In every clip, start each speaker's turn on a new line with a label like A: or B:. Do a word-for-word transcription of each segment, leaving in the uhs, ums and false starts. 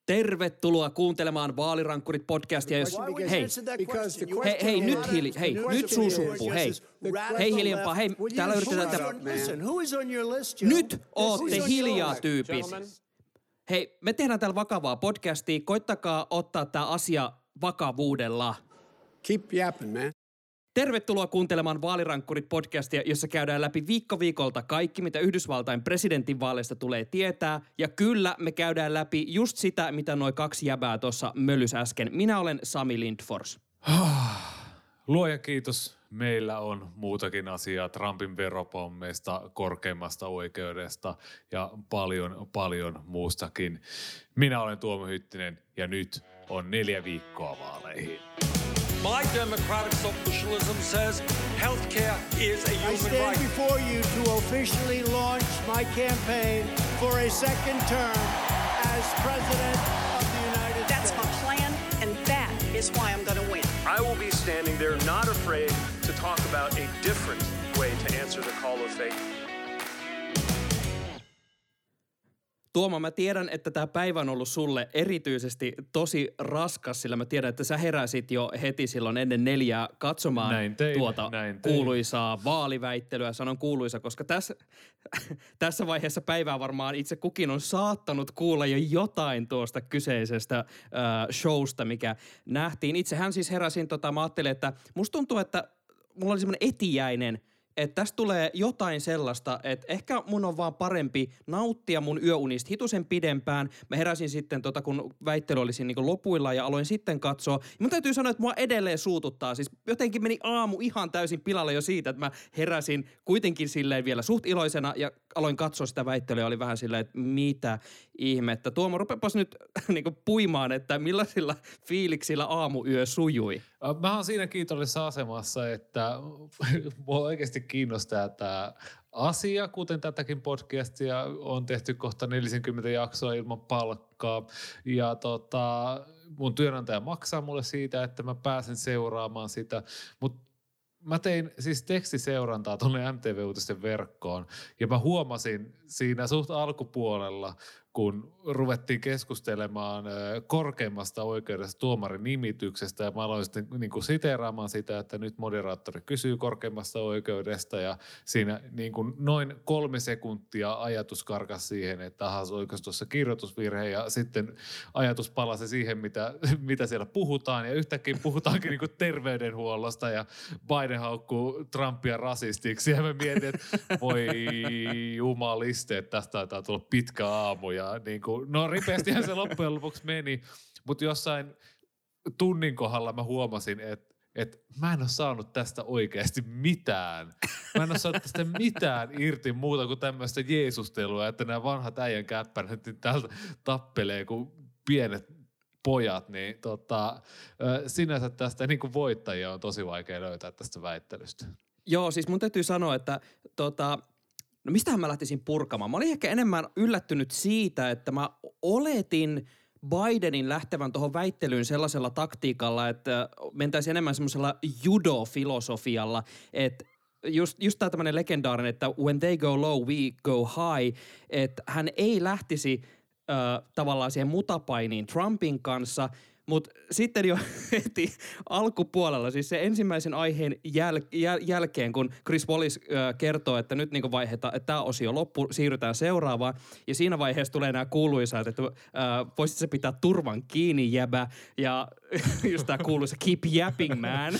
A: Tervetuloa kuuntelemaan Vaalirankkurit-podcastia. Jos... Hei, hei, hei, nyt hiili, hei, nyt suu suppuu, hei. Hei hiljempaa, hei, täällä yritetään... Tä... Nyt ootte hiljaa, tyypit. Hei, me tehdään täällä vakavaa podcastia. Koittakaa ottaa tää asia vakavuudella.
B: Keep yapping, man.
A: Tervetuloa kuuntelemaan Vaalirankkurit-podcastia, jossa käydään läpi viikko viikolta kaikki, mitä Yhdysvaltain presidentinvaaleista tulee tietää. Ja kyllä, me käydään läpi just sitä, mitä noi kaksi jäbää tuossa mölys äsken. Minä olen Sami Lindfors.
C: Luoja kiitos. Meillä on muutakin asiaa Trumpin veropommeista, korkeimmasta oikeudesta ja paljon, paljon muustakin. Minä olen Tuomo Hyttinen ja nyt on neljä viikkoa vaaleihin.
D: My democratic socialism says healthcare is a human right.
E: I stand before you to officially launch my campaign for a second term as president of the United
F: That's
E: States.
F: That's my plan, and that is why I'm going to win.
G: I will be standing there not afraid to talk about a different way to answer the call of faith.
A: Tuomo, mä tiedän, että tämä päivä on ollut sulle erityisesti tosi raskas, sillä mä tiedän, että sä heräsit jo heti silloin ennen neljää katsomaan
C: näin tein,
A: tuota
C: näin tein.
A: kuuluisaa vaaliväittelyä. Sanon kuuluisa, koska tässä, tässä vaiheessa päivää varmaan itse kukin on saattanut kuulla jo jotain tuosta kyseisestä äh, showsta, mikä nähtiin. Itsehän siis heräsin, tota, mä ajattelin, että musta tuntuu, että mulla oli semmoinen etiäinen, että tästä tulee jotain sellaista, että ehkä mun on vaan parempi nauttia mun yöunista hitusen pidempään. Mä heräsin sitten, tota, kun väittely oli siinä niin lopuilla ja aloin sitten katsoa. Ja mun täytyy sanoa, että mua edelleen suututtaa. Siis jotenkin meni aamu ihan täysin pilalle jo siitä, että mä heräsin kuitenkin silleen vielä suht iloisena ja aloin katsoa sitä väittelyä. Oli vähän silleen, että mitä ihmettä. Tuomo, rupepas nyt niin puimaan, että millaisilla fiiliksillä aamuyö sujui.
C: Mä oon siinä kiitollisessa asemassa, että mua oikeasti kiinnostaa tämä asia, kuten tätäkin podcastia on tehty kohta neljäkymmentä jaksoa ilman palkkaa. Ja tota, mun työnantaja maksaa mulle siitä, että mä pääsen seuraamaan sitä, mutta mä tein siis tekstiseurantaa tuonne M T V-uutisten verkkoon ja mä huomasin siinä suht alkupuolella, kun ruvettiin keskustelemaan korkeimmasta oikeudesta tuomarin nimityksestä ja mä aloin sitten niin kuin siteeraamaan sitä, että nyt moderaattori kysyy korkeimmasta oikeudesta ja siinä niin kuin noin kolme sekuntia ajatus karkasi siihen, että ahas oikeus tuossa kirjoitusvirhe ja sitten ajatus palasi siihen, mitä, mitä siellä puhutaan ja yhtäkkiä puhutaankin niin kuin terveydenhuollosta ja Biden haukkuu Trumpia rasistiksi ja mä mietin, että voi jumaliste, että tästä taitaa tulla pitkä aamu ja niin kuin, no ripeästihän se loppujen lopuksi meni, mutta jossain tunnin kohdalla mä huomasin, että että mä en ole saanut tästä oikeasti mitään. Mä en ole saanut tästä mitään irti muuta kuin tämmöistä jeesustelua, että nämä vanhat äijän käppänät täältä tappelee kuin pienet pojat, niin tota, sinänsä tästä niin kuin voittajia on tosi vaikea löytää tästä väittelystä.
A: Joo, siis mun täytyy sanoa, että tota, no mistähän mä lähtisin purkamaan? Mä olin ehkä enemmän yllättynyt siitä, että mä oletin Bidenin lähtevän tuohon väittelyyn sellaisella taktiikalla, että mentäisiin enemmän semmoisella judo-filosofialla, että just, just tämä tämmöinen legendaarinen, että when they go low, we go high, että hän ei lähtisi äh, tavallaan siihen mutapainiin Trumpin kanssa, mutta sitten jo heti alkupuolella, siis se ensimmäisen aiheen jäl- jäl- jälkeen, kun Chris Wallace äh, kertoo, että nyt niinku vaiheita, että tämä osio loppu, siirrytään seuraavaan. Ja siinä vaiheessa tulee nämä kuuluisat, että äh, voisit sä pitää turvan kiinni, jäbä. Ja just tämä kuuluisa keep yapping, man.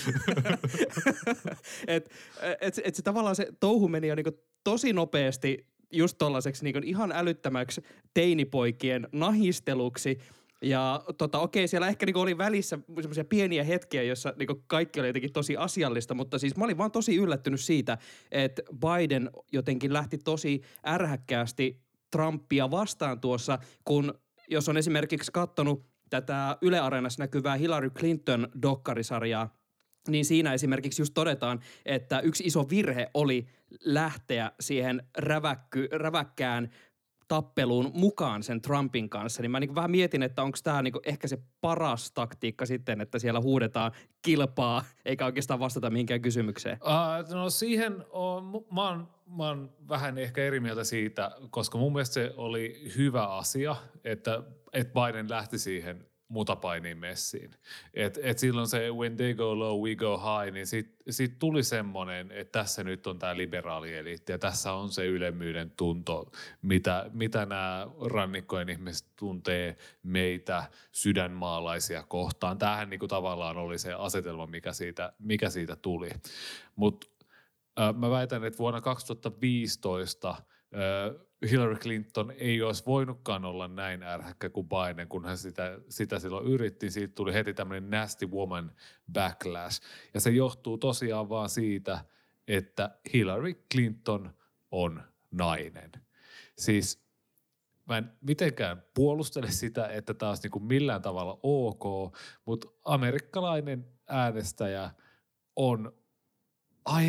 A: että et, et se tavallaan se touhu meni jo niinku tosi nopeasti just tollaiseksi niinku ihan älyttömäksi teinipoikien nahisteluksi. Ja tota, okei, siellä ehkä niinku oli välissä semmoisia pieniä hetkiä, joissa niinku kaikki oli jotenkin tosi asiallista, mutta siis mä olin vaan tosi yllättynyt siitä, että Biden jotenkin lähti tosi ärhäkkäästi Trumpia vastaan tuossa, kun jos on esimerkiksi katsonut tätä Yle Areenassa näkyvää Hillary Clinton-dokkarisarjaa, niin siinä esimerkiksi just todetaan, että yksi iso virhe oli lähteä siihen räväkky, räväkkään tappeluun mukaan sen Trumpin kanssa, niin mä niin vähän mietin, että onko tämä niin ehkä se paras taktiikka sitten, että siellä huudetaan kilpaa, eikä oikeastaan vastata mihinkään kysymykseen.
C: Uh, no siihen on, mä oon, mä oon vähän ehkä eri mieltä siitä, koska mun mielestä se oli hyvä asia, että, että Biden lähti siihen mutapainiin messiin. Et, et silloin se when they go low, we go high, niin sit, sit tuli semmoinen, että tässä nyt on tämä liberaali eliitti ja tässä on se ylemmyyden tunto, mitä, mitä nämä rannikkojen ihmiset tuntee meitä sydänmaalaisia kohtaan. Tämähän niinku tavallaan oli se asetelma, mikä siitä, mikä siitä tuli. Mutta äh, mä väitän, että vuonna kaksituhattaviisitoista äh, Hillary Clinton ei olisi voinutkaan olla näin ärhäkkä kuin Biden, kun hän sitä, sitä silloin yritti. Siitä tuli heti tämmöinen nasty woman backlash. Ja se johtuu tosiaan vaan siitä, että Hillary Clinton on nainen. Siis mä en mitenkään puolustele sitä, että tämä olisi niin kuin millään tavalla ok, mutta amerikkalainen äänestäjä on ai,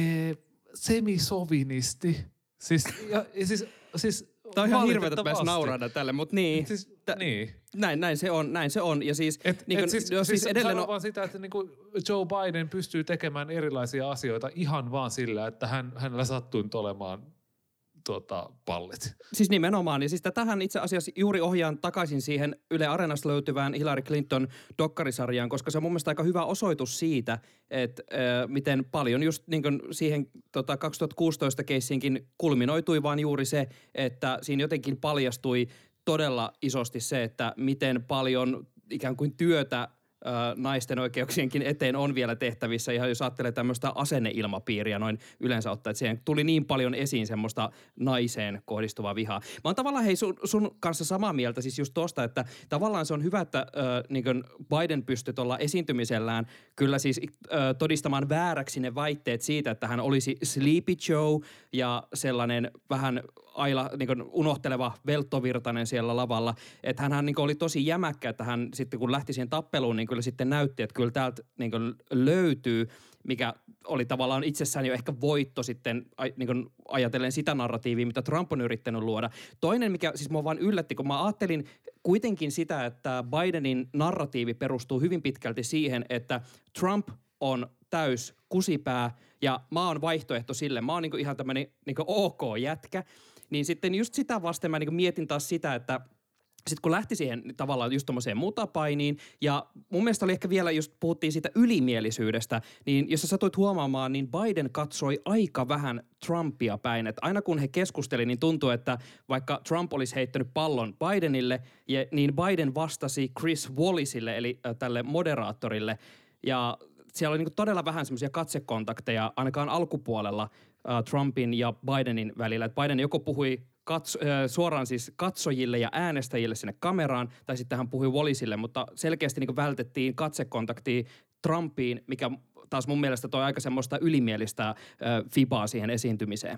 C: semisovinisti. Siis, ja, siis Siis
A: tämä on ihan hirveetä, että mä nauraan tälle, mutta niin,
C: siis,
A: t-
C: niin.
A: Näin, näin se on, näin se on. Ja siis,
C: et,
A: niin kun,
C: et siis,
A: jo,
C: siis,
A: siis edelleen
C: on vaan sitä, että niin kuin Joe Biden pystyy tekemään erilaisia asioita ihan vaan sillä, että hän, hänellä sattuu olemaan tuota, pallit.
A: Siis nimenomaan. Ja siis tätähän itse asiassa juuri ohjaan takaisin siihen Yle Areenasta löytyvään Hillary Clinton dokkarisarjaan, koska se on mun mielestä aika hyvä osoitus siitä, että äh, miten paljon just niin kuin siihen tota, kaksituhattakuusitoista keissiinkin kulminoitui vaan juuri se, että siinä jotenkin paljastui todella isosti se, että miten paljon ikään kuin työtä naisten oikeuksienkin eteen on vielä tehtävissä, ihan jos ajattelee tämmöistä asenneilmapiiriä noin yleensä ottaa, että siihen tuli niin paljon esiin semmoista naiseen kohdistuvaa vihaa. Mä oon tavallaan hei sun, sun kanssa samaa mieltä siis just tosta, että tavallaan se on hyvä, että äh, niin kuin Biden pystyy tuolla esiintymisellään kyllä siis äh, todistamaan vääräksi ne väitteet siitä, että hän olisi Sleepy Joe ja sellainen vähän aila, niin kuin unohteleva velttovirtainen siellä lavalla. Että hänhän niin kuin oli tosi jämäkkä, että hän sitten kun lähti siihen tappeluun, niin kyllä sitten näytti, että kyllä täältä niin kuin löytyy, mikä oli tavallaan itsessään jo ehkä voitto sitten niin kuin ajatellen sitä narratiivia, mitä Trump on yrittänyt luoda. Toinen, mikä siis mua vaan yllätti, kun mä ajattelin kuitenkin sitä, että Bidenin narratiivi perustuu hyvin pitkälti siihen, että Trump on täys kusipää ja mä oon vaihtoehto sille. Mä oon niin kuin ihan tämmöinen niin kuin ok-jätkä. Niin sitten just sitä vasten mä niin mietin taas sitä, että sitten kun lähti siihen tavallaan just tommoseen mutapainiin, ja mun mielestä oli ehkä vielä, just puhuttiin siitä ylimielisyydestä, niin jos sä satuit huomaamaan, niin Biden katsoi aika vähän Trumpia päin. Että aina kun he keskusteli, niin tuntui, että vaikka Trump olisi heittänyt pallon Bidenille, niin Biden vastasi Chris Wallaceille, eli tälle moderaattorille, ja siellä oli niin todella vähän semmoisia katsekontakteja, ainakaan alkupuolella, Trumpin ja Bidenin välillä. Että Biden joko puhui katso, suoraan siis katsojille ja äänestäjille sinne kameraan, tai sitten hän puhui Wallisille, mutta selkeästi niin vältettiin katsekontaktia Trumpiin, mikä taas mun mielestä toi aika semmoista ylimielistä äh, fibaa siihen esiintymiseen.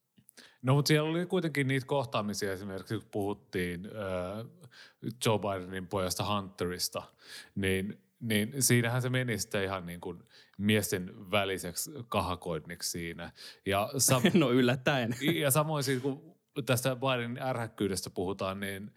C: No, mutta siellä oli kuitenkin niitä kohtaamisia esimerkiksi, kun puhuttiin äh, Joe Bidenin pojasta Hunterista, niin Niin siinähän se meni sitten ihan niin kuin miesten väliseksi kahakoinniksi siinä. Ja sam-
A: no yllättäen.
C: Ja samoin siitä, kun tästä Bidenin ärhäkkyydestä puhutaan, niin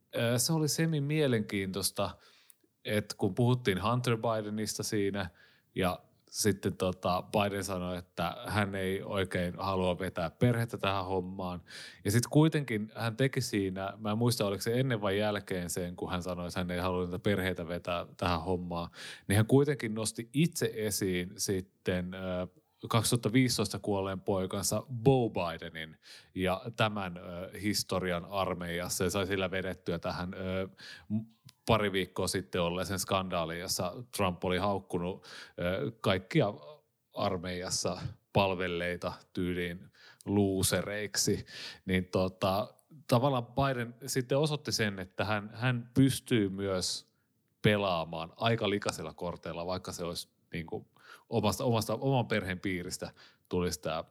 C: se oli semi-mielenkiintoista, että kun puhuttiin Hunter Bidenista siinä ja sitten tota Biden sanoi, että hän ei oikein halua vetää perhettä tähän hommaan. Ja sitten kuitenkin hän teki siinä, mä en muista oliko se ennen vai jälkeen sen, kun hän sanoi, että hän ei halua näitä perheitä vetää tähän hommaan. Niin hän kuitenkin nosti itse esiin sitten äh, kaksituhattaviisitoista kuolleen poikansa Beau Bidenin ja tämän äh, historian armeijassa. Ja sai sillä vedettyä tähän äh, pari viikkoa sitten olleeseen skandaaliin, jossa Trump oli haukkunut kaikkia armeijassa palvelleita tyyliin luusereiksi, niin tota, tavallaan Biden sitten osoitti sen, että hän, hän pystyy myös pelaamaan aika likaisella korteilla, vaikka se olisi niin kuin omasta, omasta, oman perheen piiristä tulisi tämä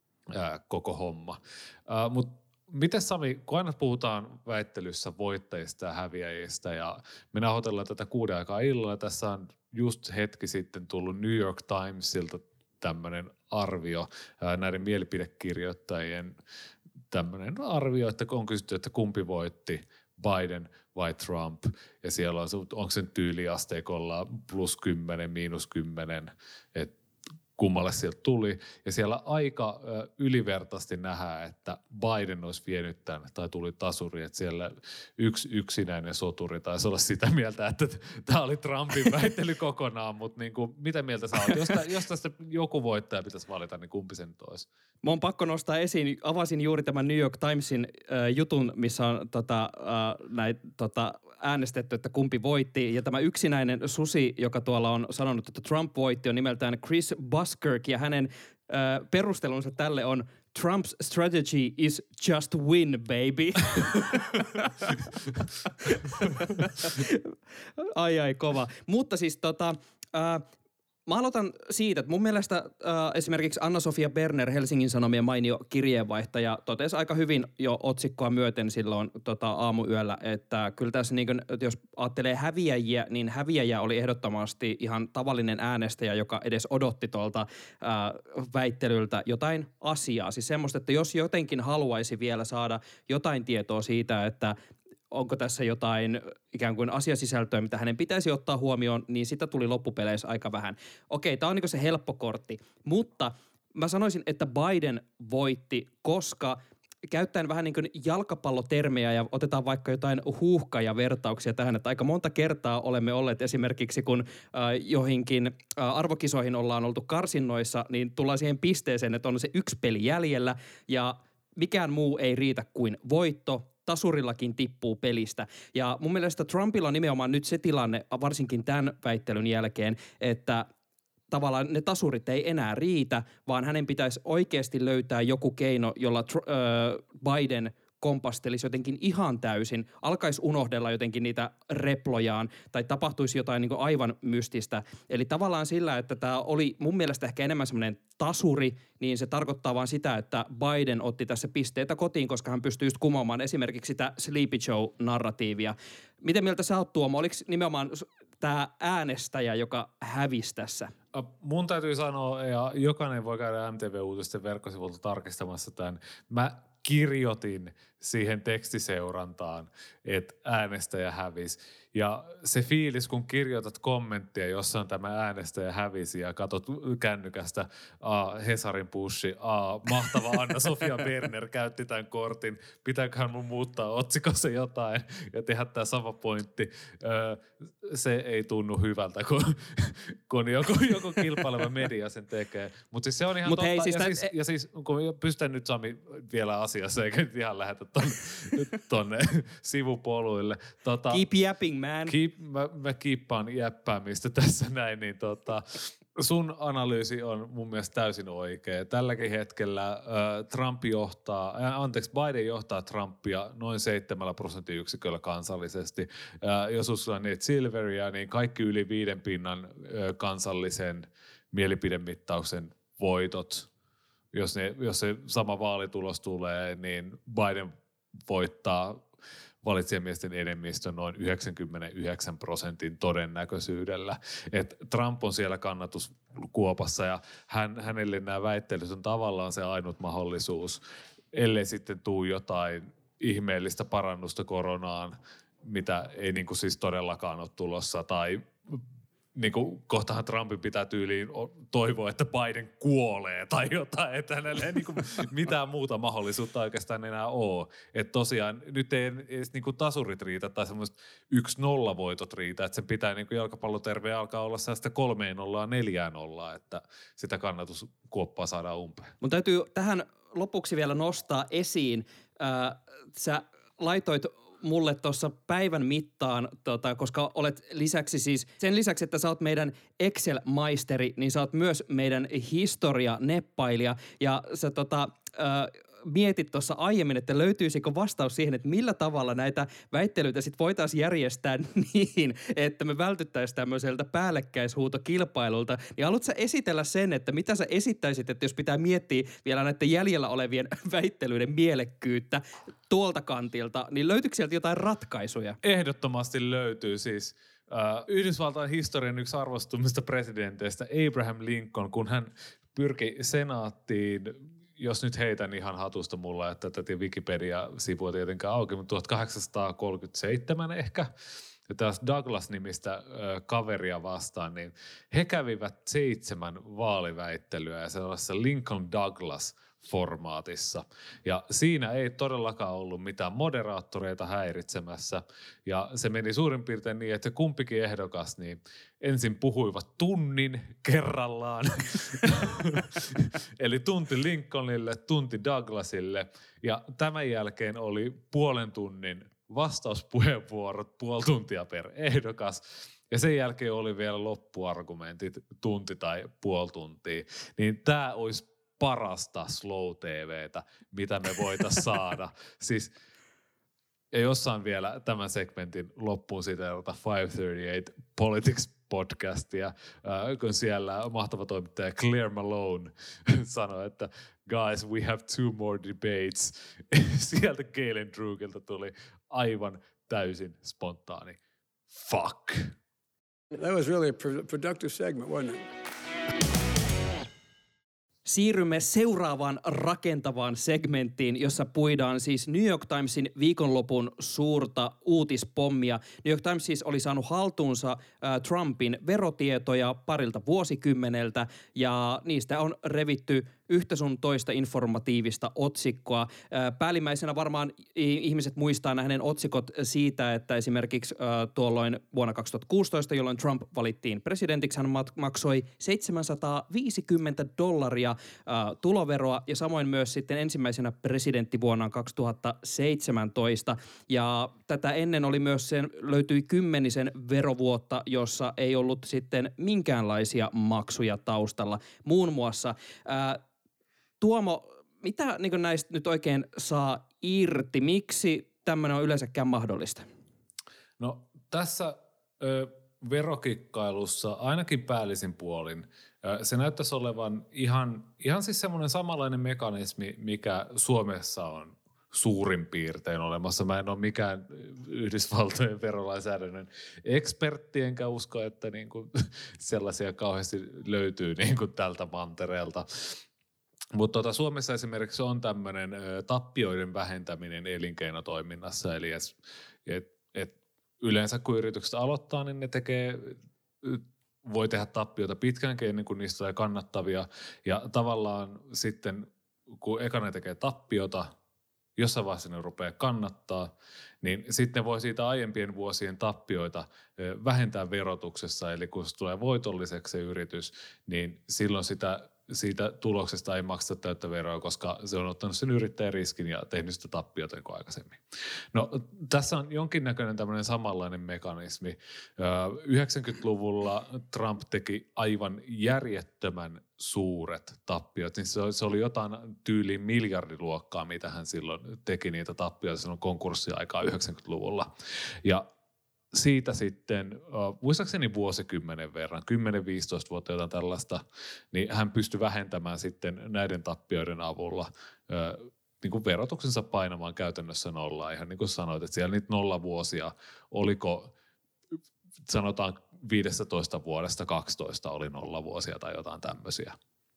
C: ää, koko homma. Ää, mutta miten Sami, kun aina puhutaan väittelyssä voittajista ja häviäjistä ja me nauhoitellaan tätä kuuden aikaa illalla, tässä on just hetki sitten tullut New York Timesilta tämmöinen arvio ää, näiden mielipidekirjoittajien tämmöinen arvio, että on kysytty, että kumpi voitti, Biden vai Trump, ja siellä on, onko sen tyyliasteikolla plus kymmenen, miinus kymmenen, että kummalle sieltä tuli, ja siellä aika ö, ylivertaisesti nähdään, että Biden olisi vienyt tämän, tai tuli tasuri, että siellä yksi yksinäinen soturi taisi olla sitä mieltä, että tämä oli Trumpin väittely kokonaan, mutta niin kuin, mitä mieltä sä oot? Jos, jos tästä joku voittaja pitäisi valita, niin kumpi sen olisi?
A: Mä oon pakko nostaa esiin, avasin juuri tämän New York Timesin äh, jutun, missä on tota, äh, näin, tota, äänestetty, että kumpi voitti. Ja tämä yksinäinen susi, joka tuolla on sanonut, että Trump voitti, on nimeltään Chris Buskirk. Ja hänen äh, perustelunsa tälle on Trump's strategy is just win, baby. ai ai, kova. Mutta siis tota... Äh, Mä aloitan siitä, että mun mielestä äh, esimerkiksi Anna-Sofia Berner, Helsingin Sanomien mainio kirjeenvaihtaja, totesi aika hyvin jo otsikkoa myöten silloin tota, aamuyöllä, että kyllä tässä niin kun, jos ajattelee häviäjiä, niin häviäjä oli ehdottomasti ihan tavallinen äänestäjä, joka edes odotti tuolta äh, väittelyltä jotain asiaa. Siis semmoista, että jos jotenkin haluaisi vielä saada jotain tietoa siitä, että onko tässä jotain ikään kuin asiasisältöä, mitä hänen pitäisi ottaa huomioon, niin sitä tuli loppupeleissä aika vähän. Okei, tämä on niin kuin se helppo kortti, mutta mä sanoisin, että Biden voitti, koska käyttäen vähän niin kuin jalkapallotermejä ja otetaan vaikka jotain huuhkajavertauksia tähän, että aika monta kertaa olemme olleet esimerkiksi, kun äh, joihinkin äh, arvokisoihin ollaan oltu karsinnoissa, niin tullaan siihen pisteeseen, että on se yksi peli jäljellä ja mikään muu ei riitä kuin voitto. Tasurillakin tippuu pelistä. Ja mun mielestä Trumpilla on nimenomaan nyt se tilanne, varsinkin tämän väittelyn jälkeen, että tavallaan ne tasurit ei enää riitä, vaan hänen pitäisi oikeasti löytää joku keino, jolla tr- öö, Biden kompastelisi jotenkin ihan täysin, alkaisi unohdella jotenkin niitä replojaan tai tapahtuisi jotain niin kuin aivan mystistä. Eli tavallaan sillä, että tämä oli mun mielestä ehkä enemmän semmoinen tasuri, niin se tarkoittaa vaan sitä, että Biden otti tässä pisteitä kotiin, koska hän pystyy just kumoamaan esimerkiksi sitä Sleepy Show-narratiivia. Miten mieltä sä oot, Tuomo? Oliko nimenomaan tämä äänestäjä, joka hävisi tässä?
C: Mun täytyy sanoa, ja jokainen voi käydä M T V-uutisten verkkosivulta tarkistamassa tämän. Mä kirjoitin siihen tekstiseurantaan, että äänestäjä hävisi. Ja se fiilis, kun kirjoitat kommenttia, jossa on tämä äänestäjä hävisi ja katsot kännykästä, a, Hesarin pushi, a, mahtava Anna-Sofia Berner käytti tämän kortin, pitääköhän mun muuttaa otsikossa jotain ja tehdä tämä sama pointti. Ö, se ei tunnu hyvältä, kun, kun joku, joku kilpaileva media sen tekee. Mutta siis se on ihan
A: Mut
C: totta.
A: Hei, siis
C: ja,
A: tämän...
C: siis, ja siis kun pystyn nyt Sami vielä asiassa, eikä nyt ihan lähetä tonne, tonne sivupoluille. Tota,
A: Keep yapping, man.
C: Keep, mä, mä kiippaan jäppäämistä tässä näin, niin tota, sun analyysi on mun mielestä täysin oikea. Tälläkin hetkellä äh, Trump johtaa, äh, anteeksi, Biden johtaa Trumpia noin seitsemällä prosenttiyksiköllä kansallisesti. Äh, jos uskotaan Nate Silveria, niin kaikki yli viiden pinnan äh, kansallisen mielipidemittauksen voitot, jos, ne, jos se sama vaalitulos tulee, niin Biden voittaa valitsijamiesten enemmistö noin yhdeksänkymmentäyhdeksän prosentin todennäköisyydellä. Et Trump on siellä kannatuskuopassa ja hän, hänelle nämä väittelyt on tavallaan se ainut mahdollisuus, ellei sitten tule jotain ihmeellistä parannusta koronaan, mitä ei niin kuin siis todellakaan ole tulossa, tai niin kuin kohtahan Trumpin pitää tyyliin toivoa, että Biden kuolee tai jotain, että hänellä ei niin kuin mitään muuta mahdollisuutta oikeastaan enää ole. Että tosiaan nyt ei edes niin kuin tasurit riitä tai semmoiset yksi nolla voitot riitä, että sen pitää niin kuin jalkapalloterve alkaa olla sellaista kolmeen nollaan, neljään nollaa, että sitä kannatuskuoppaa saadaan umpeen.
A: Mun täytyy tähän lopuksi vielä nostaa esiin, äh, sä laitoit mulle tuossa päivän mittaan, tota, koska olet lisäksi siis, sen lisäksi, että sä oot meidän Excel-maisteri, niin sä oot myös meidän historia-neppailija. Ja sä tota, äh, mietit tuossa aiemmin, että löytyisikö vastaus siihen, että millä tavalla näitä väittelyitä sit voitaisiin järjestää niin, että me vältyttäisiin tämmöiseltä päällekkäishuutokilpailulta. Niin haluatko sä esitellä sen, että mitä sä esittäisit, että jos pitää miettiä vielä näiden jäljellä olevien väittelyiden mielekkyyttä tuolta kantilta, niin löytyykö sieltä jotain ratkaisuja?
C: Ehdottomasti löytyy siis. Uh, Yhdysvaltain historian yksi arvostummista presidenteistä Abraham Lincoln, kun hän pyrki senaattiin jos nyt heitän ihan hatusta mulla, että tätä Wikipedia-sivua tietenkään auki, mutta tuhatkahdeksansataakolmekymmentäseitsemän ehkä, ja taas Douglas-nimistä ö, kaveria vastaan, niin he kävivät seitsemän vaaliväittelyä ja sellaisessa Lincoln Douglas-formaatissa. Ja siinä ei todellakaan ollut mitään moderaattoreita häiritsemässä. Ja se meni suurin piirtein niin, että kumpikin ehdokas niin ensin puhuivat tunnin kerrallaan. Eli tunti Lincolnille, tunti Douglasille. Ja tämän jälkeen oli puolen tunnin vastauspuheenvuorot puoli tuntia per ehdokas. Ja sen jälkeen oli vielä loppuargumentit tunti tai puoli tuntia. Niin tämä olisi parasta slow T V:tä, mitä me voitaisiin saada. Siis, ja jossain vielä tämän segmentin loppuun siteerata viisi kolmekymmentäkahdeksan Politics podcastia, äh, kun siellä mahtava toimittaja Claire Malone sanoi, että guys, we have two more debates. Sieltä Galen Drugilta tuli aivan täysin spontaani fuck.
B: That was really a productive segment, wasn't it?
A: Siirrymme seuraavaan rakentavaan segmenttiin, jossa puidaan siis New York Timesin viikonlopun suurta uutispommia. New York Times siis oli saanut haltuunsa äh, Trumpin verotietoja parilta vuosikymmeneltä ja niistä on revitty yhtä sun toista informatiivista otsikkoa. Äh, päällimmäisenä varmaan ihmiset muistaa nähneen otsikot siitä, että esimerkiksi äh, tuolloin vuonna kaksituhattakuusitoista, jolloin Trump valittiin presidentiksi, hän maksoi seitsemänsataaviisikymmentä dollaria äh, tuloveroa ja samoin myös sitten ensimmäisenä presidenttivuonna kaksituhattaseitsemäntoista. Ja tätä ennen oli myös sen, löytyi kymmenisen verovuotta, jossa ei ollut sitten minkäänlaisia maksuja taustalla. Muun muassa äh, Tuomo, mitä niin näistä nyt oikein saa irti? Miksi tämmöinen on yleensäkään mahdollista?
C: No tässä ö, verokikkailussa ainakin päällisin puolin ö, se näyttäisi olevan ihan, ihan siis semmoinen samanlainen mekanismi, mikä Suomessa on suurin piirtein olemassa. Mä en ole mikään Yhdysvaltojen verolainsäädännön ekspertti, enkä usko, että niinku sellaisia kauheasti löytyy niinku tältä mantereelta. Mutta tota, Suomessa esimerkiksi on tämmöinen tappioiden vähentäminen elinkeinotoiminnassa, eli et, et, et yleensä kun yritykset aloittaa, niin ne tekee, voi tehdä tappioita pitkäänkin ennen kuin niistä tulee kannattavia, ja tavallaan sitten kun ekana tekee tappiota, jossain vaiheessa ne rupeaa kannattaa, niin sitten voi siitä aiempien vuosien tappioita vähentää verotuksessa, eli kun se tulee voitolliseksi se yritys, niin silloin sitä siitä tuloksesta ei makseta täyttä veroa, koska se on ottanut sen yrittäjän riskin ja tehnyt sitä tappiota niin kuin aikaisemmin. No tässä on jonkinnäköinen tämmöinen samanlainen mekanismi. yhdeksänkymmentäluvulla Trump teki aivan järjettömän suuret tappiot. Niin se oli jotain tyyliin miljardiluokkaa, mitä hän silloin teki niitä tappioita silloin konkurssiaikaa yhdeksänkymmentäluvulla. Ja siitä sitten, uh, muistaakseni vuosikymmenen verran, kymmenen viisitoista vuotta jotain tällaista, niin hän pystyi vähentämään sitten näiden tappioiden avulla uh, niin kuin verotuksensa painamaan käytännössä nollaa. Ihan niin kuin sanoit, että siellä niitä nollavuosia, oliko sanotaan viisitoista vuodesta kaksitoista oli nollavuosia tai jotain tämmöisiä.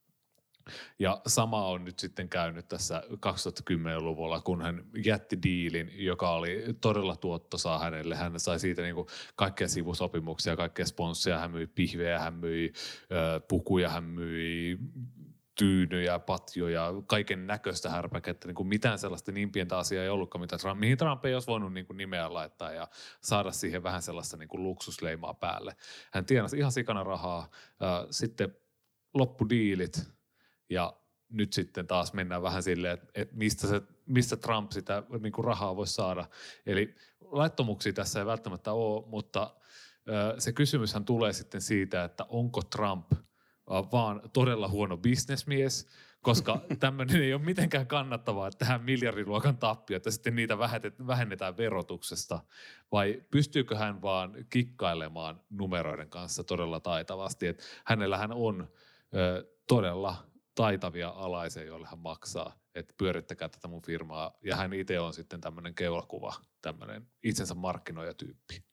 C: Ja sama on nyt sitten käynyt tässä kaksituhattakymmenluvulla, kun hän jätti diilin, joka oli todella tuottosaa hänelle. Hän sai siitä niin kuin kaikkea sivusopimuksia, kaikkea sponssia. Hän myi pihvejä, hän myi ö, pukuja, hän myi tyynyjä, patjoja, kaiken näköistä härpäkettä. Niin kuin mitään sellaista niin pientä asiaa ei ollutkaan, mitä Trump, mihin Trump ei olisi voinut niin kuin nimeä laittaa ja saada siihen vähän sellaista niin kuin luksusleimaa päälle. Hän tienasi ihan sikana rahaa. Ö, sitten loppudiilit. Ja nyt sitten taas mennään vähän silleen, että, että mistä, se, mistä Trump sitä niin kuin rahaa voisi saada. Eli laittomuuksia tässä ei välttämättä ole, mutta ö, se kysymyshän tulee sitten siitä, että onko Trump vaan todella huono bisnesmies, koska tämmöinen ei ole mitenkään kannattavaa, että tähän miljardiluokan tappio, että sitten niitä vähennetään verotuksesta, vai pystyykö hän vaan kikkailemaan numeroiden kanssa todella taitavasti, että hänellähän on ö, todella taitavia alaisia, joille hän maksaa, että pyörittäkää tätä mun firmaa. Ja hän itse on sitten tämmöinen keulakuva, tämmöinen itsensä markkinoijatyyppi.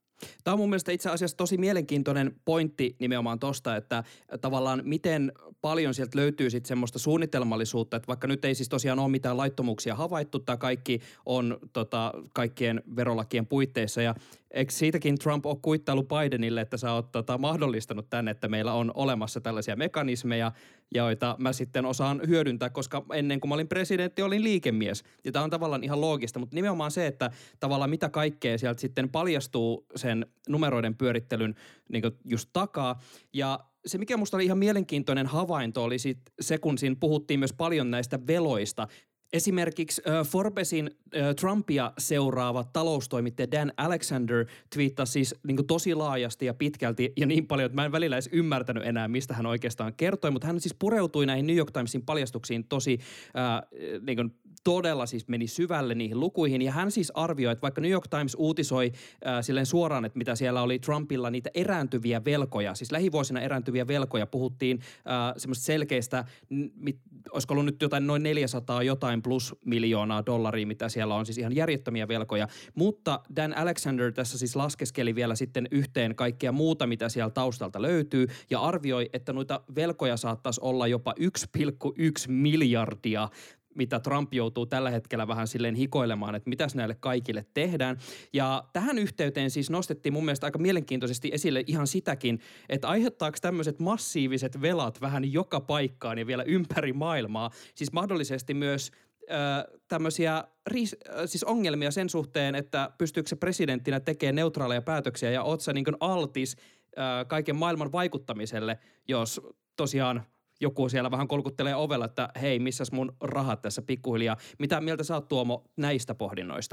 A: Tämä on mun mielestä itse asiassa tosi mielenkiintoinen pointti nimenomaan tosta, että tavallaan miten paljon sieltä löytyy sitten semmoista suunnitelmallisuutta, että vaikka nyt ei siis tosiaan ole mitään laittomuuksia havaittu, tämä kaikki on tota, kaikkien verolakien puitteissa ja eikö siitäkin Trump ole kuittailu Bidenille, että sä oot tota, mahdollistanut tänne, että meillä on olemassa tällaisia mekanismeja, joita mä sitten osaan hyödyntää, koska ennen kuin mä olin presidentti, olin liikemies. Ja tämä on tavallaan ihan loogista, mutta nimenomaan se, että tavallaan mitä kaikkea sieltä sitten paljastuu sen numeroiden pyörittelyn niin kuin just takaa. Ja se, mikä musta oli ihan mielenkiintoinen havainto, oli sit se, kun siinä puhuttiin myös paljon näistä veloista. Esimerkiksi äh, Forbesin äh, Trumpia seuraava taloustoimittaja Dan Alexander twiittasi siis niin kuin tosi laajasti ja pitkälti ja niin paljon, että mä en välillä edes ymmärtänyt enää, mistä hän oikeastaan kertoi, mutta hän siis pureutui näihin New York Timesin paljastuksiin tosi äh, niin kuin todella siis meni syvälle niihin lukuihin ja hän siis arvioi, että vaikka New York Times uutisoi äh, silleen suoraan, että mitä siellä oli Trumpilla niitä erääntyviä velkoja, siis lähivuosina erääntyviä velkoja, puhuttiin äh, semmoista selkeistä, mit, olisiko ollut nyt jotain noin neljäsataa jotain plus miljoonaa dollaria, mitä siellä on, siis ihan järjettömiä velkoja, mutta Dan Alexander tässä siis laskeskeli vielä sitten yhteen kaikkea muuta, mitä siellä taustalta löytyy ja arvioi, että noita velkoja saattaisi olla jopa yksi pilkku yksi miljardia, mitä Trump joutuu tällä hetkellä vähän silleen hikoilemaan, että mitäs näille kaikille tehdään. Ja tähän yhteyteen siis nostettiin mun mielestä aika mielenkiintoisesti esille ihan sitäkin, että aiheuttaako tämmöiset massiiviset velat vähän joka paikkaan ja vielä ympäri maailmaa, siis mahdollisesti myös äh, tämmöisiä ris- äh, siis ongelmia sen suhteen, että pystyykö se presidenttinä tekemään neutraaleja päätöksiä ja oot sä niin kuin altis äh, kaiken maailman vaikuttamiselle, jos tosiaan joku siellä vähän kolkuttelee ovella, että hei, missäs mun rahat tässä pikkuhiljaa. Mitä mieltä sä oot, Tuomo, näistä pohdinnoista?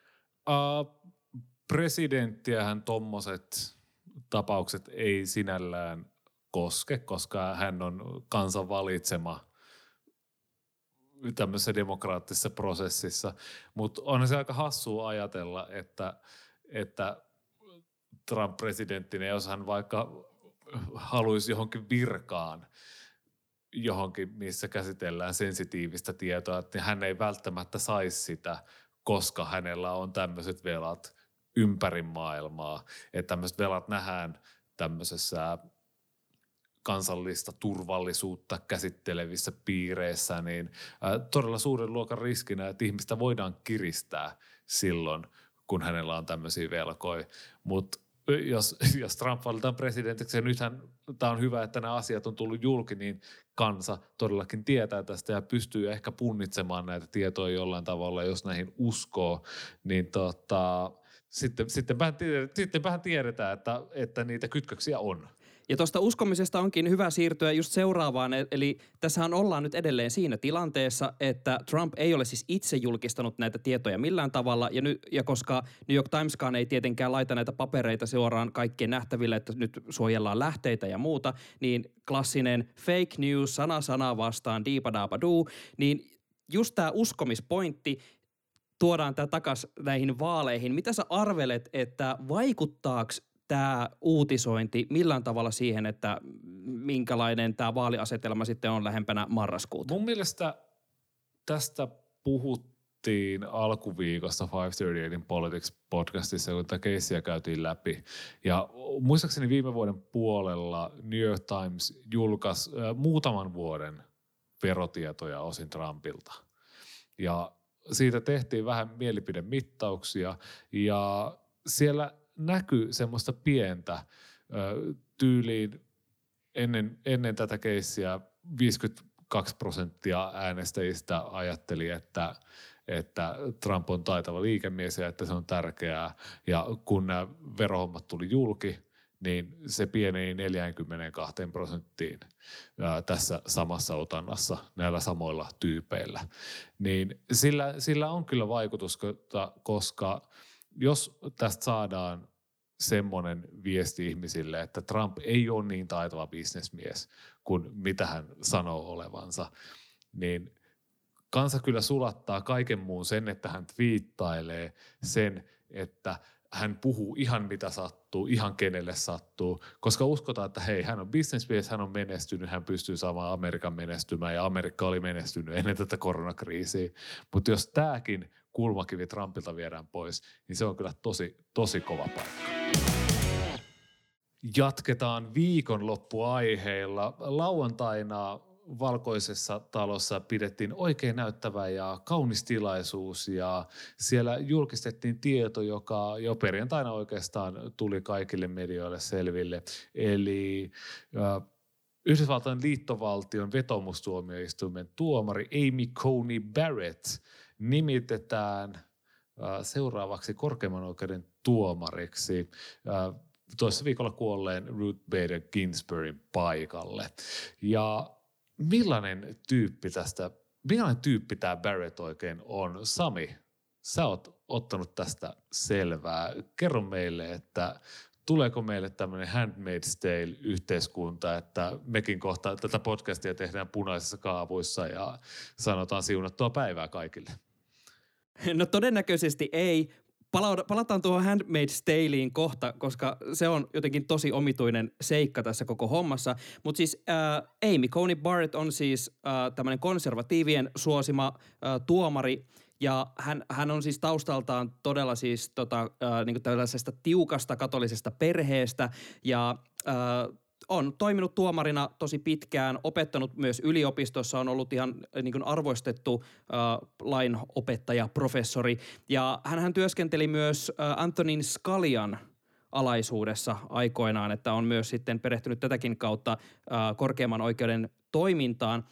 C: Uh, presidenttiähän tommoset tapaukset ei sinällään koske, koska hän on kansan valitsema tämmöisessä demokraattisessa prosessissa. Mutta on se aika hassua ajatella, että, että Trump presidenttinä, jos hän vaikka haluaisi johonkin virkaan, johonkin, missä käsitellään sensitiivistä tietoa, että hän ei välttämättä saisi sitä, koska hänellä on tämmöiset velat ympäri maailmaa. Että tämmöiset velat nähdään tämmöisessä kansallista turvallisuutta käsittelevissä piireissä, niin äh, todella suuren luokan riskinä, että ihmistä voidaan kiristää silloin, kun hänellä on tämmöisiä velkoja. Mutta jos, jos Trump valitaan presidentiksi, ja nythän tämä on hyvä, että nämä asiat on tullut julki, niin kansa todellakin tietää tästä ja pystyy ehkä punnitsemaan näitä tietoja jollain tavalla, jos näihin uskoo, niin tota, sitten, sittenpähän, sittenpähän tiedetään, että, että niitä kytköksiä on.
A: Ja tuosta uskomisesta onkin hyvä siirtyä just seuraavaan, eli tässähän ollaan nyt edelleen siinä tilanteessa, että Trump ei ole siis itse julkistanut näitä tietoja millään tavalla, ja, ny, ja koska New York Timeskaan ei tietenkään laita näitä papereita suoraan kaikkien nähtäville, että nyt suojellaan lähteitä ja muuta, niin klassinen fake news, sana sana vastaan, diipadaabaduu, niin just tämä uskomispointti, tuodaan tämä takas näihin vaaleihin. Mitä sä arvelet, että vaikuttaako tämä uutisointi millään tavalla siihen, että minkälainen tämä vaaliasetelma sitten on lähempänä marraskuuta?
C: Mun mielestä tästä puhuttiin alkuviikosta five thirty-eighin Politics-podcastissa, kun tätä keissiä käytiin läpi. Ja muistaakseni viime vuoden puolella New York Times julkaisi äh, muutaman vuoden verotietoja osin Trumpilta. Ja siitä tehtiin vähän mielipidemittauksia ja siellä näkyy semmoista pientä ö, tyyliin ennen, ennen tätä keissiä viisikymmentäkaksi prosenttia äänestäjistä ajatteli, että, että Trump on taitava liikemies ja että se on tärkeää. Ja kun nämä verohommat tuli julki, niin se pieneni neljäkymmentäkaksi prosenttiin ää, tässä samassa otannassa näillä samoilla tyypeillä. Niin sillä, sillä on kyllä vaikutus, koska jos tästä saadaan semmoinen viesti ihmisille, että Trump ei ole niin taitava bisnesmies kuin mitä hän sanoo olevansa, niin kansa kyllä sulattaa kaiken muun sen, että hän twiittailee sen, että hän puhuu ihan mitä sattuu, ihan kenelle sattuu, koska uskotaan, että hei, hän on bisnesmies, hän on menestynyt, hän pystyy saamaan Amerikan menestymään ja Amerikka oli menestynyt ennen tätä koronakriisiä. Mutta jos tämäkin kulmakivi Trumpilta viedään pois, niin se on kyllä tosi, tosi kova paikka. jatketaan viikonloppuaiheilla. Lauantaina Valkoisessa talossa pidettiin oikein näyttävä ja kaunis tilaisuus ja siellä julkistettiin tieto, joka jo perjantaina oikeastaan tuli kaikille medioille selville. Eli äh, Yhdysvaltain liittovaltion vetomustuomioistuimen tuomari Amy Coney Barrett nimitetään äh, seuraavaksi korkeimman oikeuden tuomariksi äh, toissa viikolla kuolleen Ruth Bader Ginsburgin paikalle. Ja millainen tyyppi tästä, millainen tyyppi tämä Barrett oikein on? Sami, sä oot ottanut tästä selvää. Kerro meille, että tuleeko meille tämmöinen Handmaid's Tale-yhteiskunta, että mekin kohta tätä podcastia tehdään punaisissa kaavuissa ja sanotaan siunattua päivää kaikille?
A: No todennäköisesti ei. Palataan tuohon Handmaid's Taleen kohta, koska se on jotenkin tosi omituinen seikka tässä koko hommassa. Mutta siis äh, Amy Coney Barrett on siis äh, tämmöinen konservatiivien suosima äh, tuomari, ja hän, hän on siis taustaltaan todella siis tota, äh, niin kuin tällaisesta tiukasta katolisesta perheestä, ja äh, on toiminut tuomarina tosi pitkään, opettanut myös yliopistossa, on ollut ihan niin kuin arvostettu äh, lainopettaja, professori. Ja hänhän työskenteli myös äh, Antonin Scalian alaisuudessa aikoinaan, että on myös sitten perehtynyt tätäkin kautta äh, korkeimman oikeuden toimintaan.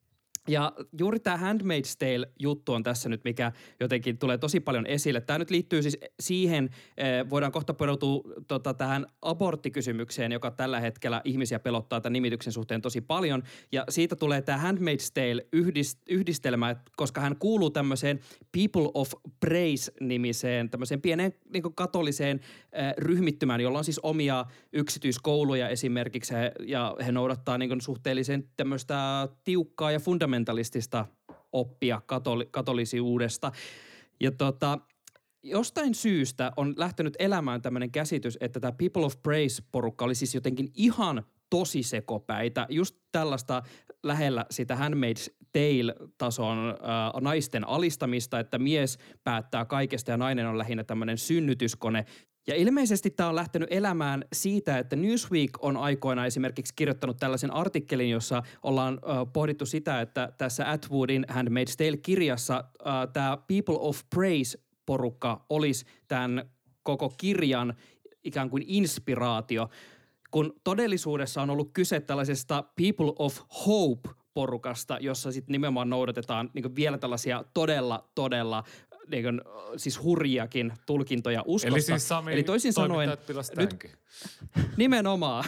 A: Ja juuri tämä Handmaid's Tale-juttu on tässä nyt, mikä jotenkin tulee tosi paljon esille. Tämä nyt liittyy siis siihen, voidaan kohta pureutua tota, tähän aborttikysymykseen, joka tällä hetkellä ihmisiä pelottaa tämän nimityksen suhteen tosi paljon. Ja siitä tulee tämä Handmaid's Tale-yhdistelmä, koska hän kuuluu tämmöiseen People of Praise-nimiseen, tämmöiseen pieneen niin kuin katoliseen äh, ryhmittymään, jolla on siis omia yksityiskouluja esimerkiksi, ja he noudattaa niin kuin suhteellisen tämmöistä tiukkaa ja fundamentalistista fundamentalistista oppia katoli- katolisiudesta. Ja tota, jostain syystä on lähtenyt elämään tämmöinen käsitys, että tämä People of Praise-porukka oli siis jotenkin ihan tosi sekopäitä. Just tällaista lähellä sitä Handmaid's Tale-tason äh, naisten alistamista, että mies päättää kaikesta ja nainen on lähinnä tämmöinen synnytyskone. Ja ilmeisesti tämä on lähtenyt elämään siitä, että Newsweek on aikoina esimerkiksi kirjoittanut tällaisen artikkelin, jossa ollaan äh, pohdittu sitä, että tässä Atwoodin Handmaid's Tale-kirjassa äh, tämä People of Praise-porukka olisi tämän koko kirjan ikään kuin inspiraatio, kun todellisuudessa on ollut kyse tällaisesta People of Hope-porukasta, jossa sitten nimenomaan noudatetaan niin kuin vielä tällaisia todella, todella niin kuin, siis hurjiakin tulkintoja uskosta.
C: Eli siis Sami,
A: Eli toisin sanoen, nyt, nimenomaan.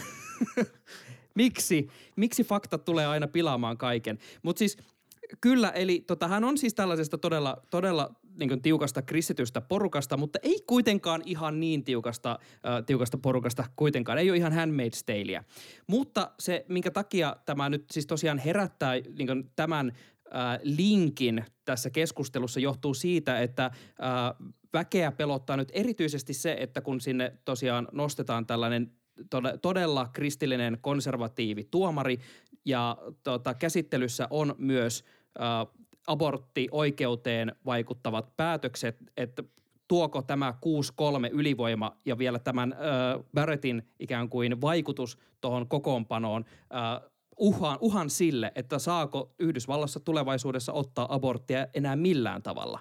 A: Miksi? Miksi faktat tulee aina pilaamaan kaiken? Mutta siis kyllä, eli tota, hän on siis tällaisesta todella, todella niin kuin tiukasta kristitystä porukasta, mutta ei kuitenkaan ihan niin tiukasta, äh, tiukasta porukasta kuitenkaan. Ei ole ihan Handmaid's Taleä. Mutta se, minkä takia tämä nyt siis tosiaan herättää niin kuin tämän äh, linkin tässä keskustelussa, johtuu siitä, että äh, väkeä pelottaa nyt erityisesti se, että kun sinne tosiaan nostetaan tällainen todella kristillinen konservatiivi tuomari ja tota, käsittelyssä on myös äh, aborttioikeuteen vaikuttavat päätökset, että tuoko tämä kuusi kolme ylivoima ja vielä tämän äh, Barrettin ikään kuin vaikutus tuohon kokoonpanoon äh, uhan, uhan sille, että saako Yhdysvallassa tulevaisuudessa ottaa aborttia enää millään tavalla?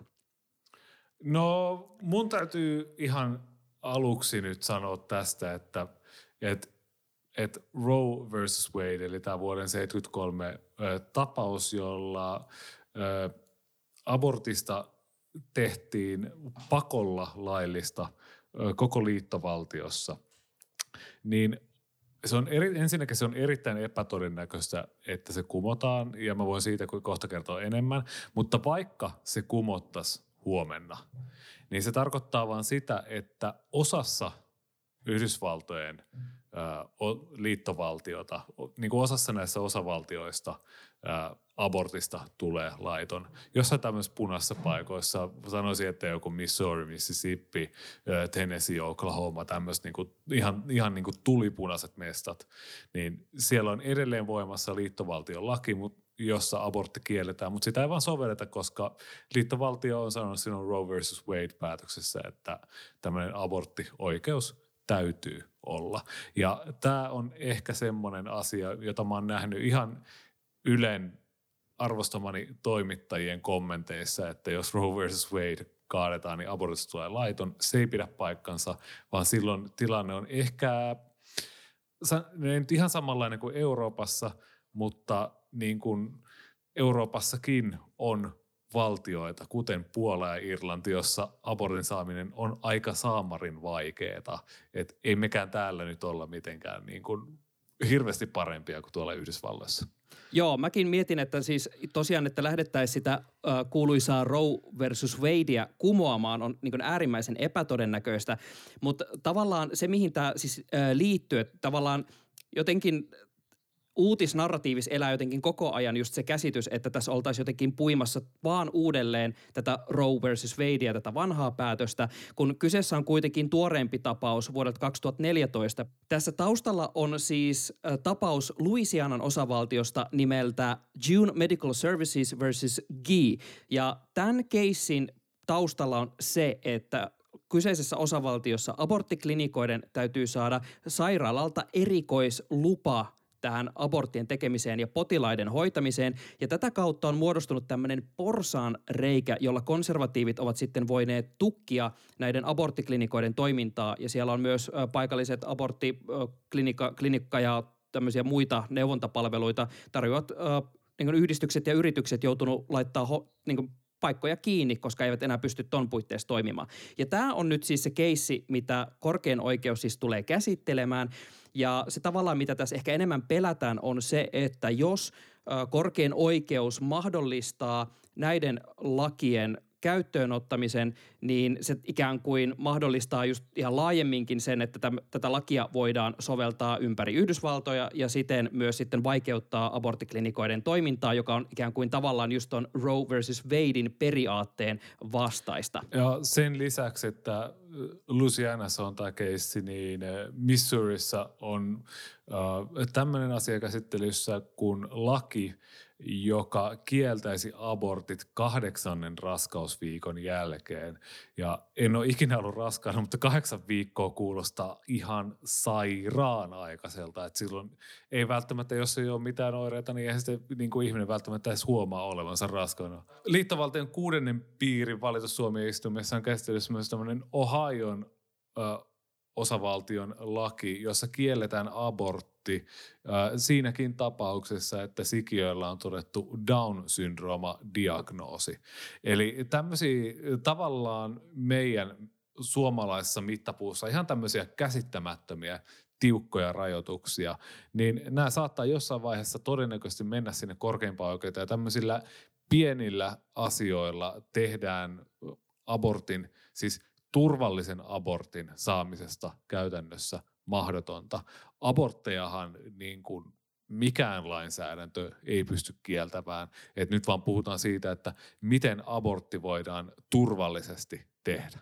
C: No mun täytyy ihan aluksi nyt sanoa tästä, että että et Roe versus Wade, eli tämä vuoden seitsemänkymmentäkolme ä, tapaus, jolla ä, abortista tehtiin pakolla laillista ä, koko liittovaltiossa, niin se on eri, ensinnäkin se on erittäin epätodennäköistä, että se kumotaan, ja mä voin siitä kohta kertoa enemmän, mutta vaikka se kumottaisi huomenna, niin se tarkoittaa vaan sitä, että osassa Yhdysvaltojen ää, liittovaltiota, niin kuin osassa näissä osavaltioista ää, abortista tulee laiton. Jossain tämmöisissä punaisissa paikoissa, sanoisin, että joku Missouri, Mississippi, ää, Tennessee, Oklahoma, tämmöiset niin kuin, ihan, ihan niin kuin tulipunaiset mestat, niin siellä on edelleen voimassa liittovaltion laki, mutta jossa abortti kielletään, mutta sitä ei vaan sovelleta, koska liittovaltio on sanonut sinun Roe versus Wade -päätöksessä, että tämmöinen aborttioikeus täytyy olla. Ja tämä on ehkä semmoinen asia, jota mä oon nähnyt ihan Ylen arvostamani toimittajien kommenteissa, että jos Roe versus Wade kaadetaan, niin abortista tulee laiton. Se ei pidä paikkansa, vaan silloin tilanne on ehkä ei nyt ihan samanlainen kuin Euroopassa, mutta niin kuin Euroopassakin on valtioita, kuten Puola ja Irlanti, jossa abortin saaminen on aika saamarin vaikeaa. Et ei mekään täällä nyt olla mitenkään niin kuin hirveästi parempia kuin tuolla Yhdysvalloissa.
A: Joo, mäkin mietin, että siis tosiaan, että lähdettäisiin sitä äh, kuuluisaa Roe versus Wadea kumoamaan on niin kuin äärimmäisen epätodennäköistä, mutta tavallaan se, mihin tämä siis äh, liittyy, että tavallaan jotenkin uutisnarratiivis elää jotenkin koko ajan just se käsitys, että tässä oltaisiin jotenkin puimassa vaan uudelleen tätä Roe versus Wadea, tätä vanhaa päätöstä, kun kyseessä on kuitenkin tuoreempi tapaus vuodelta kaksituhattaneljätoista. Tässä taustalla on siis äh, tapaus Louisianan osavaltiosta nimeltä June Medical Services versus Gee. Ja tämän keissin taustalla on se, että kyseisessä osavaltiossa aborttiklinikoiden täytyy saada sairaalalta erikoislupa tähän aborttien tekemiseen ja potilaiden hoitamiseen. Ja tätä kautta on muodostunut tämmöinen porsaan reikä, jolla konservatiivit ovat sitten voineet tukkia näiden aborttiklinikoiden toimintaa. Ja siellä on myös ö, paikalliset aborttiklinikka ja tämmöisiä muita neuvontapalveluita tarjoavat ö, niin kuin yhdistykset ja yritykset joutunut laittaa ho, niin kuin paikkoja kiinni, koska eivät enää pysty ton puitteissa toimimaan. Ja tämä on nyt siis se keissi, mitä korkein oikeus siis tulee käsittelemään. Ja se tavallaan, mitä tässä ehkä enemmän pelätään, on se, että jos ö, korkein oikeus mahdollistaa näiden lakien käyttöönottamisen, niin se ikään kuin mahdollistaa just ihan laajemminkin sen, että täm, tätä lakia voidaan soveltaa ympäri Yhdysvaltoja ja siten myös sitten vaikeuttaa aborttiklinikoiden toimintaa, joka on ikään kuin tavallaan just ton Roe versus Wadein periaatteen vastaista.
C: Ja sen lisäksi, että Louisianassa on tämä keissi, niin Missourissa on äh, tämmöinen asia käsittelyssä kuin laki, joka kieltäisi abortit kahdeksannen raskausviikon jälkeen. Ja en ole ikinä ollut raskaana, mutta kahdeksan viikkoa kuulostaa ihan sairaan aikaiselta. Että silloin ei välttämättä, jos ei ole mitään oireita, niin eihän sitten niin kuin ihminen välttämättä edes huomaa olevansa raskaana. Liittovaltion kuudennen piirin valitustuomioistuimessa on käsittelyssä myös tämmöinen Ohion ö, osavaltion laki, jossa kielletään abortti siinäkin tapauksessa, että sikiöillä on todettu Down-syndrooma-diagnoosi. Eli tämmöisiä tavallaan meidän suomalaisessa mittapuussa ihan tämmöisiä käsittämättömiä tiukkoja rajoituksia, niin nämä saattaa jossain vaiheessa todennäköisesti mennä sinne korkeimpaan oikeuteen ja tämmöisillä pienillä asioilla tehdään abortin, siis turvallisen abortin saamisesta käytännössä mahdotonta. Aborttejahan niin kuin mikään lainsäädäntö ei pysty kieltämään. Et nyt vaan puhutaan siitä, että miten abortti voidaan turvallisesti tehdä.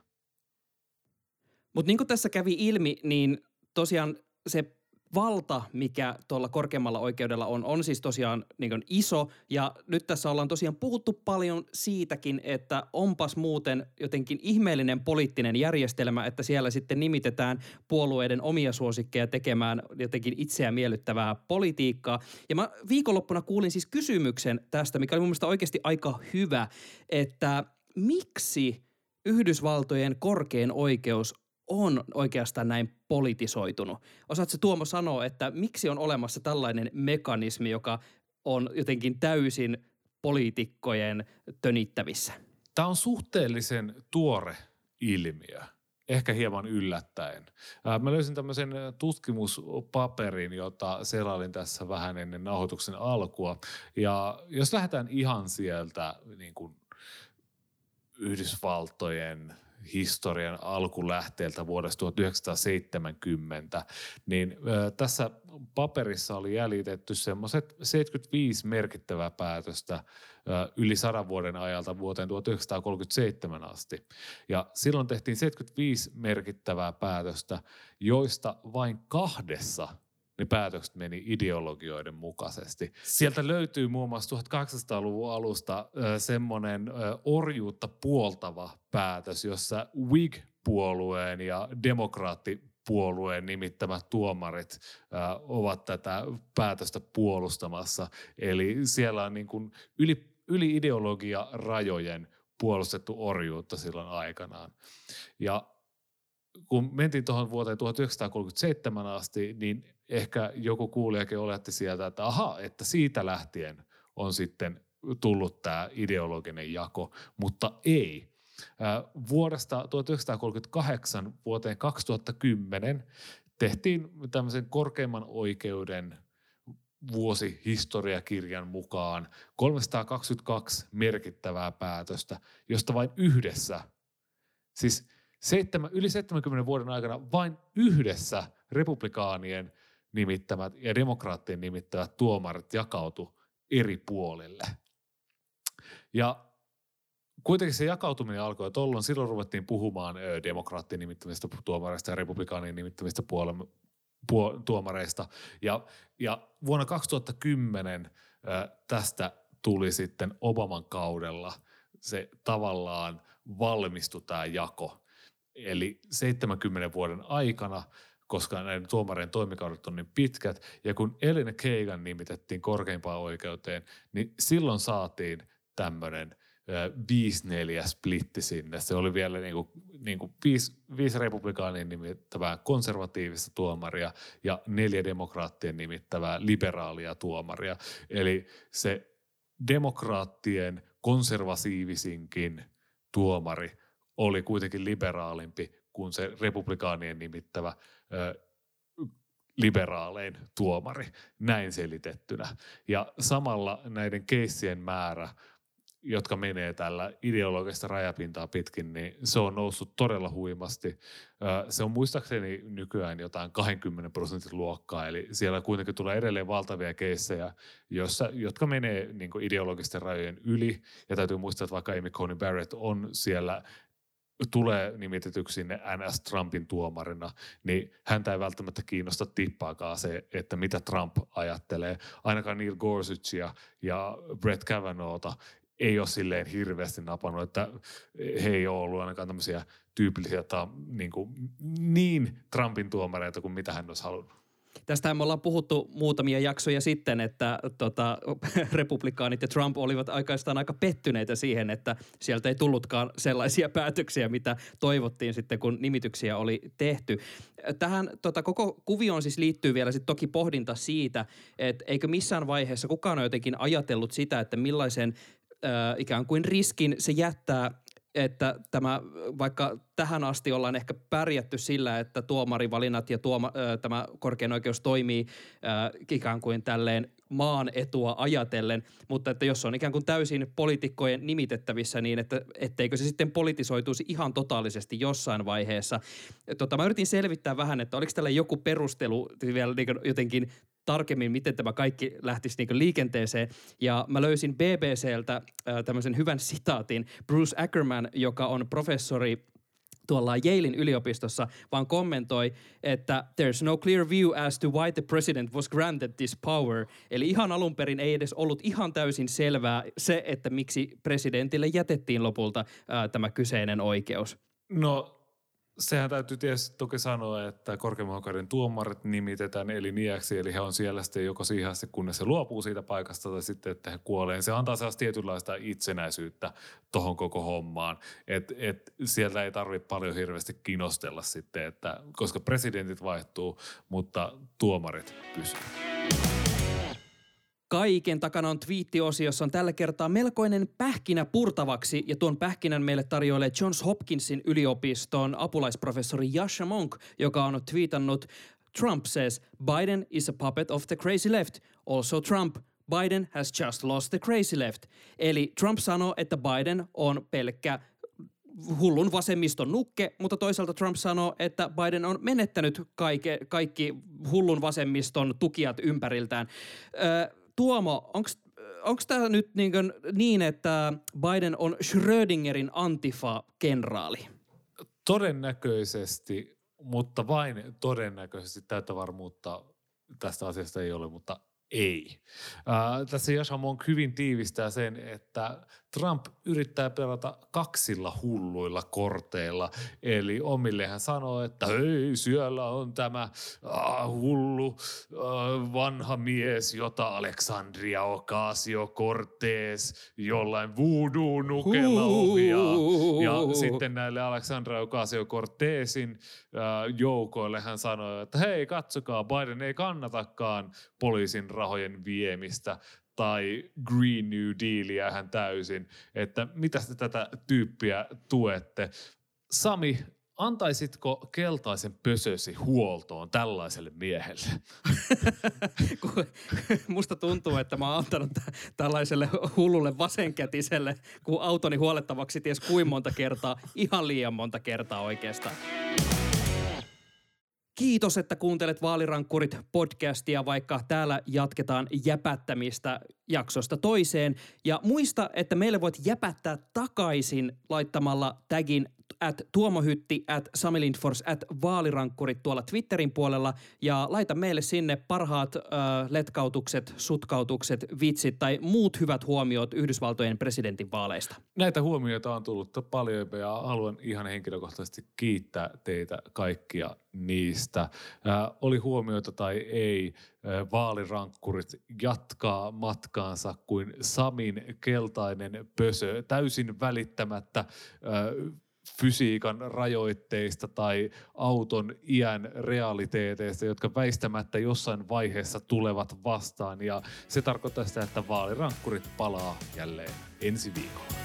A: Mutta niin kuin tässä kävi ilmi, niin tosiaan se valta, mikä tuolla korkeammalla oikeudella on, on siis tosiaan niin kuin iso. Ja nyt tässä ollaan tosiaan puhuttu paljon siitäkin, että onpas muuten jotenkin ihmeellinen poliittinen järjestelmä, että siellä sitten nimitetään puolueiden omia suosikkeja tekemään jotenkin itseä miellyttävää politiikkaa. Ja mä viikonloppuna kuulin siis kysymyksen tästä, mikä oli mun mielestä oikeasti aika hyvä, että miksi Yhdysvaltojen korkein oikeus on oikeastaan näin politisoitunut. Osaatko Tuomo sanoa, että miksi on olemassa tällainen mekanismi, joka on jotenkin täysin poliitikkojen tönittävissä?
C: Tämä on suhteellisen tuore ilmiö, ehkä hieman yllättäen. Mä löysin tämmöisen tutkimuspaperin, jota selailin tässä vähän ennen nauhoituksen alkua. Ja jos lähdetään ihan sieltä niin kuin Yhdysvaltojen historian alkulähteeltä vuodesta tuhatyhdeksänsataaseitsemänkymmentä, niin ö, tässä paperissa oli jäljitetty semmoiset seitsemänkymmentäviisi merkittävää päätöstä ö, yli sadan vuoden ajalta vuoteen tuhatyhdeksänsataakolmekymmentäseitsemän asti. Ja silloin tehtiin seitsemänkymmentäviisi merkittävää päätöstä, joista vain kahdessa ne päätökset meni ideologioiden mukaisesti. Sieltä löytyy muun muassa tuhatkahdeksansataaluvun alusta ö, semmoinen ö, orjuutta puoltava päätös, jossa Whig-puolueen ja demokraatti puolueen nimittämät tuomarit ää, ovat tätä päätöstä puolustamassa. Eli siellä on niin kuin yli, yli ideologia rajojen puolustettu orjuutta silloin aikanaan. Ja kun mentiin tuohon vuoteen tuhatyhdeksänsataakolmekymmentäseitsemän asti, niin ehkä joku kuulijakin oletti sieltä, että aha, että siitä lähtien on sitten tullut tämä ideologinen jako, mutta ei. Vuodesta tuhatyhdeksänsataakolmekymmentäkahdeksan vuoteen kaksituhattakymmenen tehtiin tämmöisen korkeimman oikeuden vuosihistoriakirjan mukaan kolmesataakaksikymmentäkaksi merkittävää päätöstä, josta vain yhdessä, siis seitsemän, yli seitsemänkymmenen vuoden aikana vain yhdessä republikaanien nimittämät ja demokraattien nimittämät tuomarit jakautu eri puolille. Ja kuitenkin se jakautuminen alkoi tuolloin, silloin ruvettiin puhumaan demokraattien nimittämistä tuomareista ja republikaanien nimittämistä puol- puol- tuomareista. Ja, ja vuonna kaksituhattakymmenen tästä tuli sitten Obaman kaudella se tavallaan valmistui tämä jako. Eli seitsemänkymmenen vuoden aikana, koska näiden tuomarien toimikaudet on niin pitkät, ja kun Elena Kagan nimitettiin korkeimpaan oikeuteen, niin silloin saatiin tämmöinen viisi neljä splitti sinne. Se oli vielä niin kuin, niin kuin viisi, viisi republikaanien nimittävää konservatiivista tuomaria ja neljä demokraattien nimittävää liberaalia tuomaria. Eli se demokraattien konservatiivisinkin tuomari oli kuitenkin liberaalimpi kuin se republikaanien nimittävä ö, liberaalein tuomari, näin selitettynä. Ja samalla näiden keissien määrä, jotka menee tällä ideologista rajapintaa pitkin, niin se on noussut todella huimasti. Se on muistaakseni nykyään jotain kaksikymmentä prosentin luokkaa, eli siellä kuitenkin tulee edelleen valtavia keissejä, jossa, jotka menee niin kuin ideologisten rajojen yli. Ja täytyy muistaa, että vaikka Amy Coney Barrett on siellä, tulee nimitetyksi sinne N S Trumpin tuomarina, niin häntä ei välttämättä kiinnosta tippaakaan se, että mitä Trump ajattelee. Ainakaan Neil Gorsuchia ja Brett Kavanaughta ei ole silleen hirveästi napannut, että he ei ole ollut ainakaan tämmöisiä tyypillisiä ta, niin, kuin, niin Trumpin tuomareita kuin mitä hän olisi halunnut.
A: Tästähän me ollaan puhuttu muutamia jaksoja sitten, että tota, republikaanit ja Trump olivat oikeastaan aika pettyneitä siihen, että sieltä ei tullutkaan sellaisia päätöksiä, mitä toivottiin sitten, kun nimityksiä oli tehty. Tähän tota, koko kuvioon siis liittyy vielä sitten toki pohdinta siitä, että eikö missään vaiheessa kukaan ole jotenkin ajatellut sitä, että millaisen äh, ikään kuin riskin se jättää, että tämä, vaikka tähän asti ollaan ehkä pärjätty sillä, että tuomarivalinnat ja tuoma, ö, tämä korkein oikeus toimii ö, ikään kuin tälleen maan etua ajatellen, mutta että jos on ikään kuin täysin poliitikkojen nimitettävissä niin, että etteikö se sitten politisoituisi ihan totaalisesti jossain vaiheessa. Tota, mä yritin selvittää vähän, että oliko tällä joku perustelu vielä niin jotenkin tarkemmin, miten tämä kaikki lähtisi niin liikenteeseen. Ja mä löysin B B C:ltä äh, tämmöisen hyvän sitaatin. Bruce Ackerman, joka on professori tuolla Yalein yliopistossa, vaan kommentoi, että there's no clear view as to why the president was granted this power. Eli ihan alun perin ei edes ollut ihan täysin selvää se, että miksi presidentille jätettiin lopulta ää, tämä kyseinen oikeus.
C: No, sehän täytyy tietysti toki sanoa, että korkeimman oikeuden tuomarit nimitetään eliniäksi, eli he on siellä sitten joko siihen asti, kunnes se luopuu siitä paikasta tai sitten, että he kuolee. Se antaa sellaista tietynlaista itsenäisyyttä tohon koko hommaan, että et sieltä ei tarvitse paljon hirveästi kinostella sitten, että, koska presidentit vaihtuu, mutta tuomarit pysyvät.
A: Kaiken takana on twiitti-osio, jossa on tällä kertaa melkoinen pähkinä purtavaksi, ja tuon pähkinän meille tarjoilee Johns Hopkinsin yliopiston apulaisprofessori Yascha Monk, joka on twiitannut: Trump says Biden is a puppet of the crazy left. Also Trump, Biden has just lost the crazy left. Eli Trump sanoo, että Biden on pelkkä hullun vasemmiston nukke, mutta toisaalta Trump sanoo, että Biden on menettänyt kaikki, kaikki hullun vasemmiston tukijat ympäriltään. Öö, Tuomo, onko tämä nyt niin, niin, että Biden on Schrödingerin antifa-kenraali?
C: Todennäköisesti, mutta vain todennäköisesti, täyttä varmuutta tästä asiasta ei ole, mutta ei. Äh, tässä Yashamon hyvin tiivistää sen, että Trump yrittää pelata kaksilla hulluilla korteilla. Eli omille hän sanoo, että hei, siellä on tämä äh, hullu äh, vanha mies, jota Alexandria Ocasio-Cortez jollain voodoo-nukella ohjaa. Ja sitten näille Alexandria Ocasio-Cortezin äh, joukoille hän sanoi, että hei, katsokaa, Biden ei kannatakaan poliisin rahojen viemistä tai Green New Dealia hän täysin, että mitä te tätä tyyppiä tuette. Sami, antaisitko keltaisen pösösi huoltoon tällaiselle miehelle?
A: Musta tuntuu, että mä oon antanut t- tällaiselle hullulle vasenkätiselle, kun autoni huolettavaksi ties kuin monta kertaa, ihan liian monta kertaa oikeastaan. Kiitos, että kuuntelet Vaalirankkurit podcastia, vaikka täällä jatketaan jäpättämistä jaksosta toiseen. Ja muista, että meille voit jäpättää takaisin laittamalla tagin at tuomohytti, at samilindfors, at vaalirankkurit tuolla Twitterin puolella. Ja laita meille sinne parhaat äh, letkautukset, sutkautukset, vitsit tai muut hyvät huomiot Yhdysvaltojen presidentin vaaleista.
C: Näitä huomioita on tullut paljon ja haluan ihan henkilökohtaisesti kiittää teitä kaikkia niistä. Äh, oli huomioita tai ei, äh, vaalirankkurit jatkaa matkaansa kuin Samin keltainen pösö, täysin välittämättä äh, fysiikan rajoitteista tai auton iän realiteeteista, jotka väistämättä jossain vaiheessa tulevat vastaan. Ja se tarkoittaa sitä, että vaalirankkurit palaa jälleen ensi viikolla.